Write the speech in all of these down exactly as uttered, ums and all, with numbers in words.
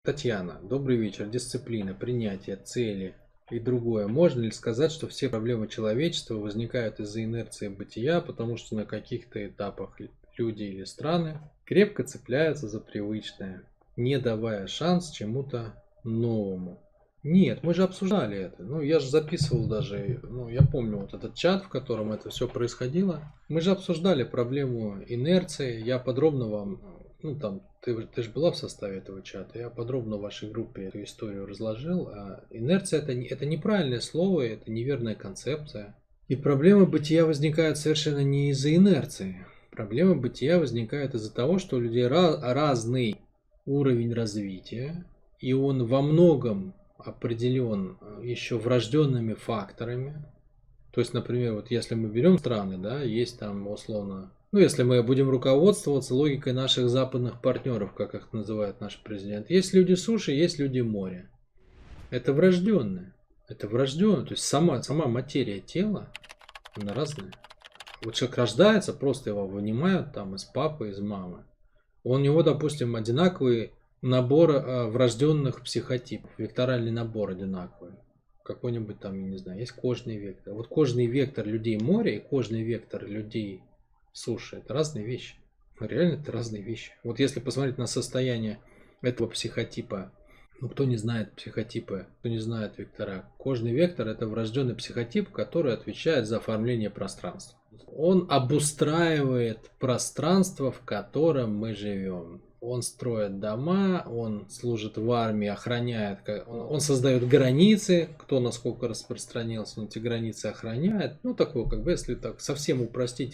Татьяна, добрый вечер. Дисциплина, принятие, цели и другое. Можно ли сказать, что все проблемы человечества возникают из-за инерции бытия, потому что на каких-то этапах люди или страны крепко цепляются за привычное, не давая шанс чему-то новому? Нет, мы же обсуждали это. Ну, я же записывал даже, ну, я помню вот этот чат, в котором это все происходило. Мы же обсуждали проблему инерции. Я подробно вам, ну, там, ты, ты же была в составе этого чата, я подробно в вашей группе эту историю разложил. А инерция это, не- это неправильное слово, это неверная концепция. И проблемы бытия возникают совершенно не из-за инерции. Проблемы бытия возникают из-за того, что у людей ra- разный уровень развития, и он во многом определен еще врожденными факторами. То есть, например, вот если мы берем страны, да, есть там условно, ну если мы будем руководствоваться логикой наших западных партнеров, как их называет наш президент, есть люди суши, есть люди моря. Это врожденное. Это врожденное. То есть сама, сама материя тела, она разная. Вот человек рождается, просто его вынимают там из папы, из мамы. У него, допустим, одинаковый набор э, врожденных психотипов, векторальный набор одинаковый. Какой-нибудь там, я не знаю, есть кожный вектор. Вот кожный вектор людей моря и кожный вектор людей суши — это разные вещи. Реально это разные вещи. Вот если посмотреть на состояние этого психотипа, ну кто не знает психотипы, кто не знает вектора. Кожный вектор — это врожденный психотип, который отвечает за оформление пространства. Он обустраивает пространство, в котором мы живем. Он строит дома, он служит в армии, охраняет, он создает границы, кто насколько распространился, он эти границы охраняет. Ну, такое, как бы, если так совсем упростить,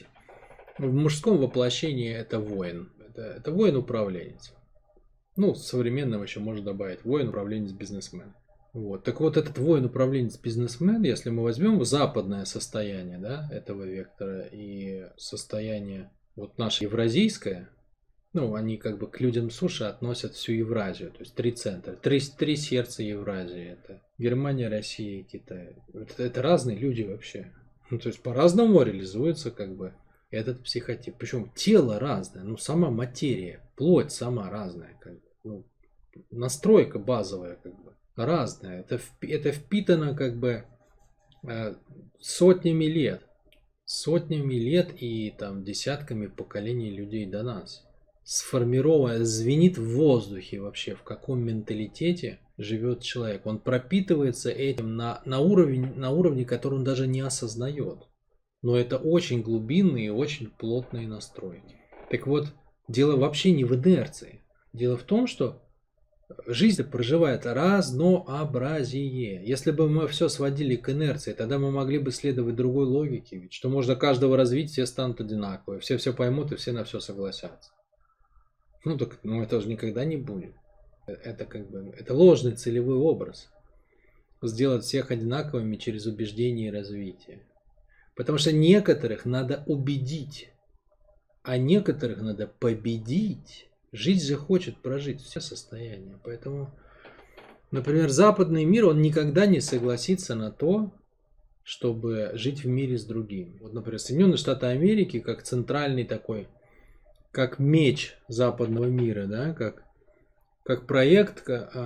в мужском воплощении это воин. Это, это воин-управленец. Ну, в современном еще можно добавить воин-управленец-бизнесмен. Вот. Так вот, этот воин-управленец-бизнесмен, если мы возьмем западное состояние, да, этого вектора и состояние вот наше евразийское, ну, они как бы к людям суши относят всю Евразию, то есть три центра, три, три сердца Евразии. Это Германия, Россия и Китай. Это, это разные люди вообще. Ну, то есть по-разному реализуется как бы этот психотип. Причем тело разное, ну, сама материя, плоть сама разная, как бы. Ну, настройка базовая как бы разная. Это, это впитано как бы э, сотнями лет. Сотнями лет и там десятками поколений людей до нас. Сформировано, звенит в воздухе вообще, в каком менталитете живет человек. Он пропитывается этим на, на, уровень, на уровне, который он даже не осознает. Но это очень глубинные и очень плотные настройки. Так вот, дело вообще не в инерции. Дело в том, что жизнь проживает разнообразие. Если бы мы все сводили к инерции, тогда мы могли бы следовать другой логике. Ведь что можно каждого развить, все станут одинаковые. Все все поймут и все на все согласятся. Ну так ну, это же никогда не будет. Это как бы это ложный целевой образ. Сделать всех одинаковыми через убеждение и развитие. Потому что некоторых надо убедить, а некоторых надо победить. Жизнь же хочет прожить все состояния. Поэтому, например, западный мир, он никогда не согласится на то, чтобы жить в мире с другим. Вот, например, Соединенные Штаты Америки, как центральный такой, как меч западного мира, да, как, как проект,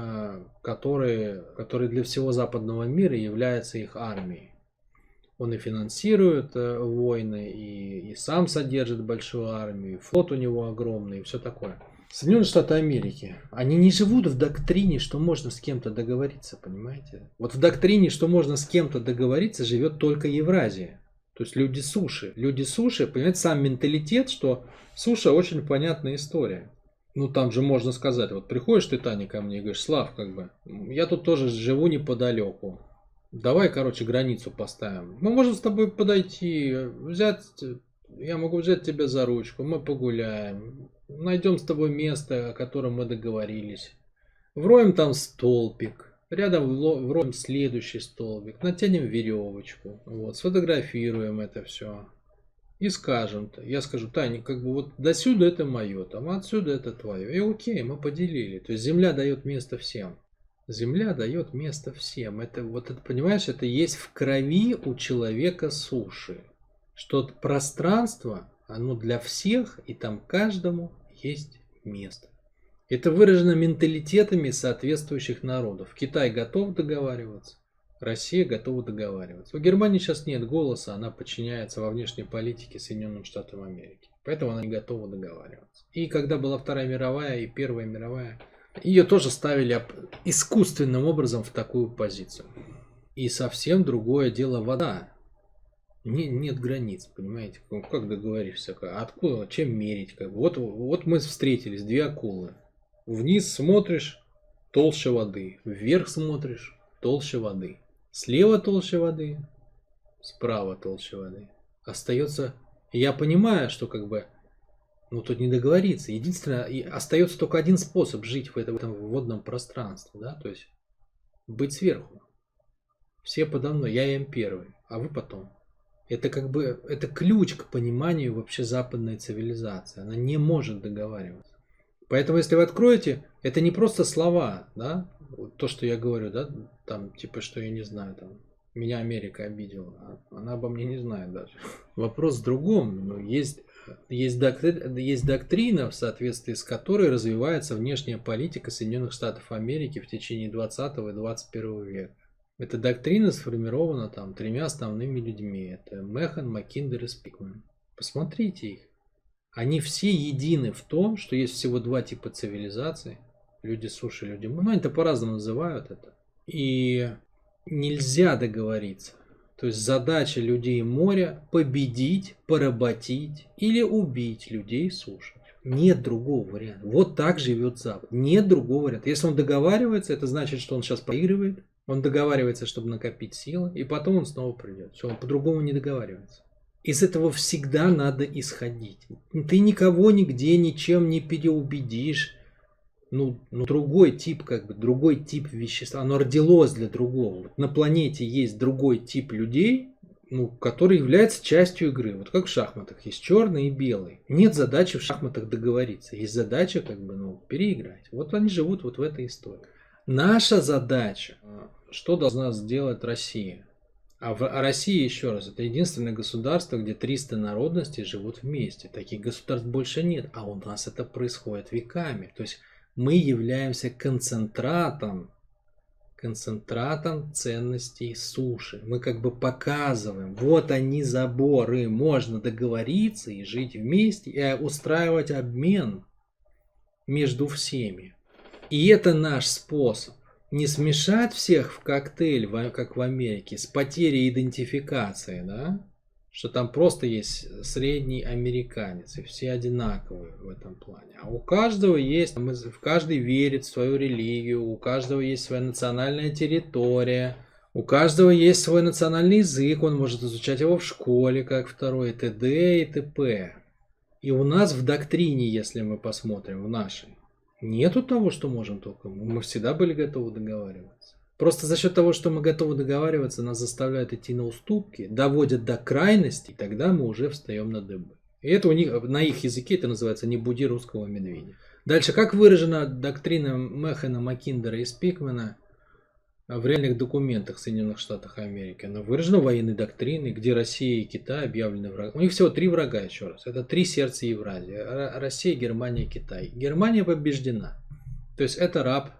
который, который для всего западного мира является их армией. Он и финансирует э, войны, и, и сам содержит большую армию, и флот у него огромный, и все такое. Соединенные Штаты Америки, они не живут в доктрине, что можно с кем-то договориться, понимаете? Вот в доктрине, что можно с кем-то договориться, живет только Евразия. То есть люди суши. Люди суши, понимаете, сам менталитет, что суша очень понятная история. Ну там же можно сказать, вот приходишь ты, Таня, ко мне и говоришь: Слав, как бы, я тут тоже живу неподалеку. Давай, короче, границу поставим. Мы можем с тобой подойти, взять, я могу взять тебя за ручку, мы погуляем, найдем с тобой место, о котором мы договорились. Вроем там столбик, рядом вроем следующий столбик, натянем веревочку, вот, сфотографируем это все. И скажем, я скажу: Таня, как бы вот до сюда это мое, там отсюда это твое. И окей, мы поделили. То есть земля дает место всем. Земля дает место всем. Это вот это, понимаешь, это есть в крови у человека суши. Что пространство, оно для всех, и там каждому есть место. Это выражено менталитетами соответствующих народов. Китай готов договариваться, Россия готова договариваться. У Германии сейчас нет голоса, она подчиняется во внешней политике Соединенным Штатам Америки. Поэтому она не готова договариваться. И когда была Вторая мировая и Первая мировая, ее тоже ставили искусственным образом в такую позицию. И совсем другое дело вода. Не, нет границ, понимаете? Ну, как договоришься? Откуда? Чем мерить? Как? Вот, вот мы встретились, две акулы. Вниз смотришь, толще воды. Вверх смотришь, толще воды. Слева толще воды, справа толще воды. Остается... Я понимаю, что как бы... Ну, тут не договориться. Единственное, и остается только один способ жить в этом, в этом водном пространстве, да, то есть быть сверху. Все подо мной, я им первый, а вы потом. Это как бы, это ключ к пониманию вообще западной цивилизации. Она не может договариваться. Поэтому, если вы откроете, это не просто слова, да, то, что я говорю, да, там, типа, что я не знаю, там, меня Америка обидела, она обо мне не знает даже. Вопрос в другом, но есть... Есть, доктри... есть доктрина, в соответствии с которой развивается внешняя политика Соединенных Штатов Америки в течение двадцатого и двадцать первого века. Эта доктрина сформирована там тремя основными людьми. Это Механ, Маккиндер и Спикман. Посмотрите их. Они все едины в том, что есть всего два типа цивилизаций. Люди суши, люди моря. Ну, они-то по-разному называют это. И нельзя договориться. То есть задача людей моря победить, поработить или убить людей суши. Нет другого варианта. Вот так живет Запад. Нет другого варианта. Если он договаривается, это значит, что он сейчас проигрывает. Он договаривается, чтобы накопить силы, и потом он снова придет. Все, он по-другому не договаривается. Из этого всегда надо исходить. Ты никого нигде ничем не переубедишь. Ну, ну, другой тип, как бы, другой тип вещества, оно родилось для другого. Вот на планете есть другой тип людей, ну, который является частью игры. Вот как в шахматах есть черный и белый. Нет задачи в шахматах договориться. Есть задача, как бы, ну, переиграть. Вот они живут вот в этой истории. Наша задача, что должна сделать Россия? А, в, а Россия, еще раз, это единственное государство, где триста народностей живут вместе. Таких государств больше нет. А у нас это происходит веками. То есть мы являемся концентратом, концентратом ценностей суши. Мы как бы показываем, вот они заборы, можно договориться и жить вместе, и устраивать обмен между всеми. И это наш способ. Не смешать всех в коктейль, как в Америке, с потерей идентификации, да? Что там просто есть средний американец, и все одинаковые в этом плане. А у каждого есть, каждый верит в свою религию, у каждого есть своя национальная территория, у каждого есть свой национальный язык, он может изучать его в школе, как второй, и т.д. и т.п. И у нас в доктрине, если мы посмотрим, в нашей, нету того, что можем только мы. Мы всегда были готовы договариваться. Просто за счет того, что мы готовы договариваться, нас заставляют идти на уступки, доводят до крайности, тогда мы уже встаем на дыбы. И это у них, на их языке это называется «не буди русского медведя». Дальше, как выражена доктрина Механа, Маккиндера и Спикмана в реальных документах Соединенных Штатов Америки? Она выражена военной доктриной, где Россия и Китай объявлены врагами. У них всего три врага, еще раз. Это три сердца Евразии. Россия, Германия, Китай. Германия побеждена. То есть это раб.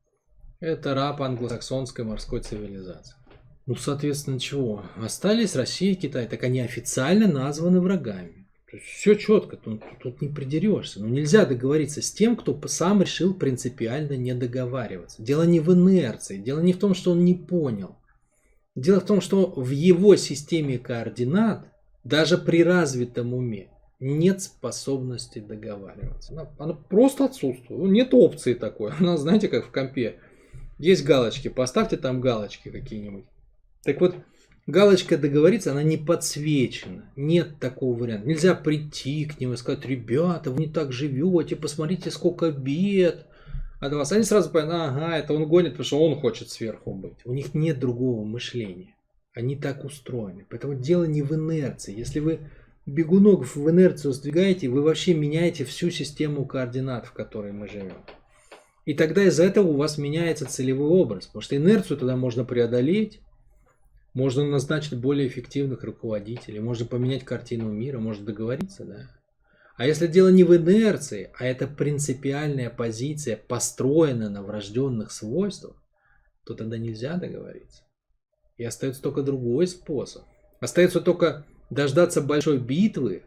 Это раб англосаксонской морской цивилизации. Ну, соответственно, чего? Остались Россия и Китай. Так они официально названы врагами. То есть все четко, тут, тут не придерешься. Но нельзя договориться с тем, кто сам решил принципиально не договариваться. Дело не в инерции, дело не в том, что он не понял. Дело в том, что в его системе координат, даже при развитом уме, нет способности договариваться. Она, она просто отсутствует. Нет опции такой. Она, знаете, как в компе. Есть галочки, поставьте там галочки какие-нибудь. Так вот, галочка договориться, она не подсвечена. Нет такого варианта. Нельзя прийти к ним и сказать: ребята, вы не так живете, посмотрите, сколько бед от вас. Они сразу понимают: ага, это он гонит, потому что он хочет сверху быть. У них нет другого мышления. Они так устроены. Поэтому дело не в инерции. Если вы бегунок в инерцию сдвигаете, вы вообще меняете всю систему координат, в которой мы живем. И тогда из-за этого у вас меняется целевой образ. Потому что инерцию тогда можно преодолеть. Можно назначить более эффективных руководителей. Можно поменять картину мира. Можно договориться, да. А если дело не в инерции, а это принципиальная позиция, построена на врожденных свойствах, то тогда нельзя договориться. И остается только другой способ. Остается только дождаться большой битвы,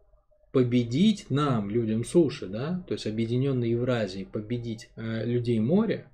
победить нам, людям суши, да, то есть объединенной Евразии, победить э, людей моря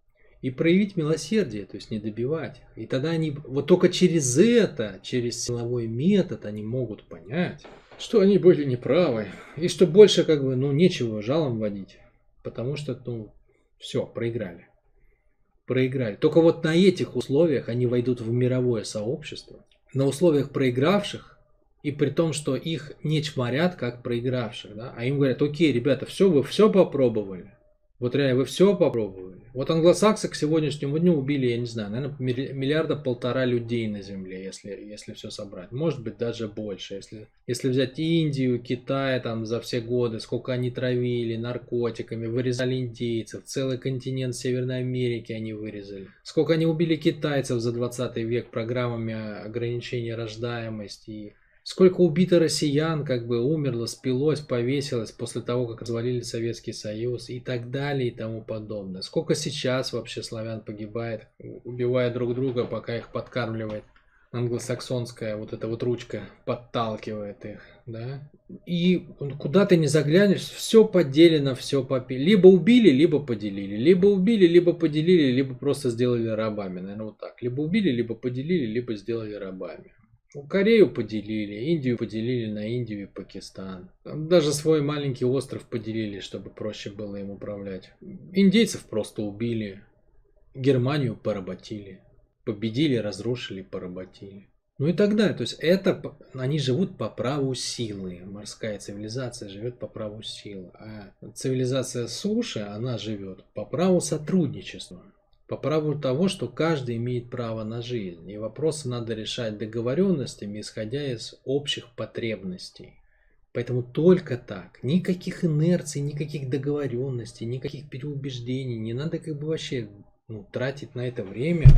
и проявить милосердие, то есть не добивать их. И тогда они, вот только через это, через силовой метод они могут понять, что они были неправы, и что больше как бы, ну, нечего жалом водить, потому что, ну, все, проиграли. Проиграли. Только вот на этих условиях они войдут в мировое сообщество, на условиях проигравших, и при том, что их не чморят как проигравших, да, а им говорят: окей, ребята, все, вы все попробовали. Вот реально, вы все попробовали. Вот англосаксы к сегодняшнему дню убили, я не знаю, наверное, миллиарда полтора людей на Земле, если, если все собрать. Может быть, даже больше. Если, если взять Индию, Китай, там за все годы, сколько они травили наркотиками, вырезали индейцев, целый континент Северной Америки они вырезали. Сколько они убили китайцев за двадцатый век программами ограничения рождаемости. Сколько убито россиян, как бы умерло, спилось, повесилось после того, как развалили Советский Союз и так далее и тому подобное. Сколько сейчас вообще славян погибает, убивая друг друга, пока их подкармливает англосаксонская вот эта вот ручка, подталкивает их, да. И куда ты не заглянешь, все поделено, все попили. Либо убили, либо поделили. Либо убили, либо поделили, либо просто сделали рабами. Наверное, вот так. Либо убили, либо поделили, либо сделали рабами. Корею поделили, Индию поделили на Индию и Пакистан. Даже свой маленький остров поделили, чтобы проще было им управлять. Индейцев просто убили. Германию поработили. Победили, разрушили, поработили. Ну и так далее. То есть это, они живут по праву силы. Морская цивилизация живет по праву силы. А цивилизация суши, она живет по праву сотрудничества. По праву того, что каждый имеет право на жизнь. И вопросы надо решать договоренностями, исходя из общих потребностей. Поэтому только так. Никаких инерций, никаких договоренностей, никаких переубеждений. Не надо как бы вообще, ну, тратить на это время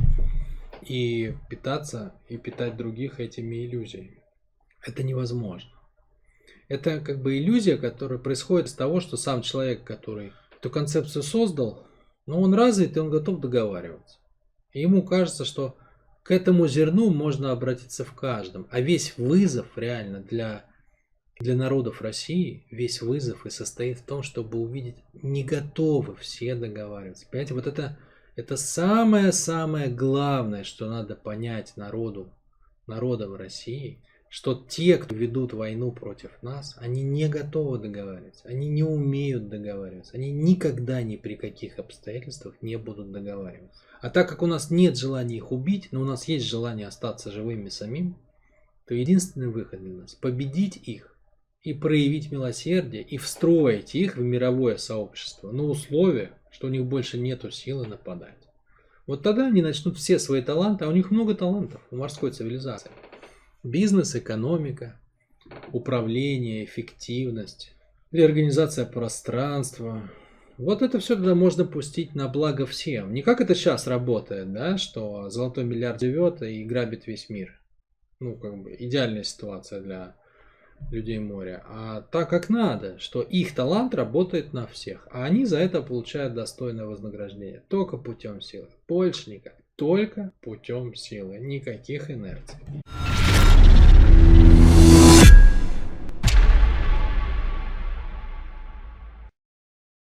и питаться, и питать других этими иллюзиями. Это невозможно. Это как бы иллюзия, которая происходит из того, что сам человек, который эту концепцию создал, но он развит, и он готов договариваться. И ему кажется, что к этому зерну можно обратиться в каждом. А весь вызов реально для, для народов России, весь вызов и состоит в том, чтобы увидеть, не готовы все договариваться. Понимаете, вот это, это самое-самое главное, что надо понять народу, народам России, что те, кто ведут войну против нас, они не готовы договариваться, они не умеют договариваться, они никогда ни при каких обстоятельствах не будут договариваться. А так как у нас нет желания их убить, но у нас есть желание остаться живыми самим, то единственный выход для нас — победить их и проявить милосердие, и встроить их в мировое сообщество на условие, что у них больше нету силы нападать. Вот тогда они начнут все свои таланты, а у них много талантов у морской цивилизации. Бизнес, экономика, управление, эффективность, реорганизация пространства. Вот это все тогда можно пустить на благо всем. Не как это сейчас работает, да, что золотой миллиард живет и грабит весь мир. Ну, как бы идеальная ситуация для людей моря. А так как надо, что их талант работает на всех, а они за это получают достойное вознаграждение. Только путем силы. Больше никак. Только путем силы. Никаких инерций.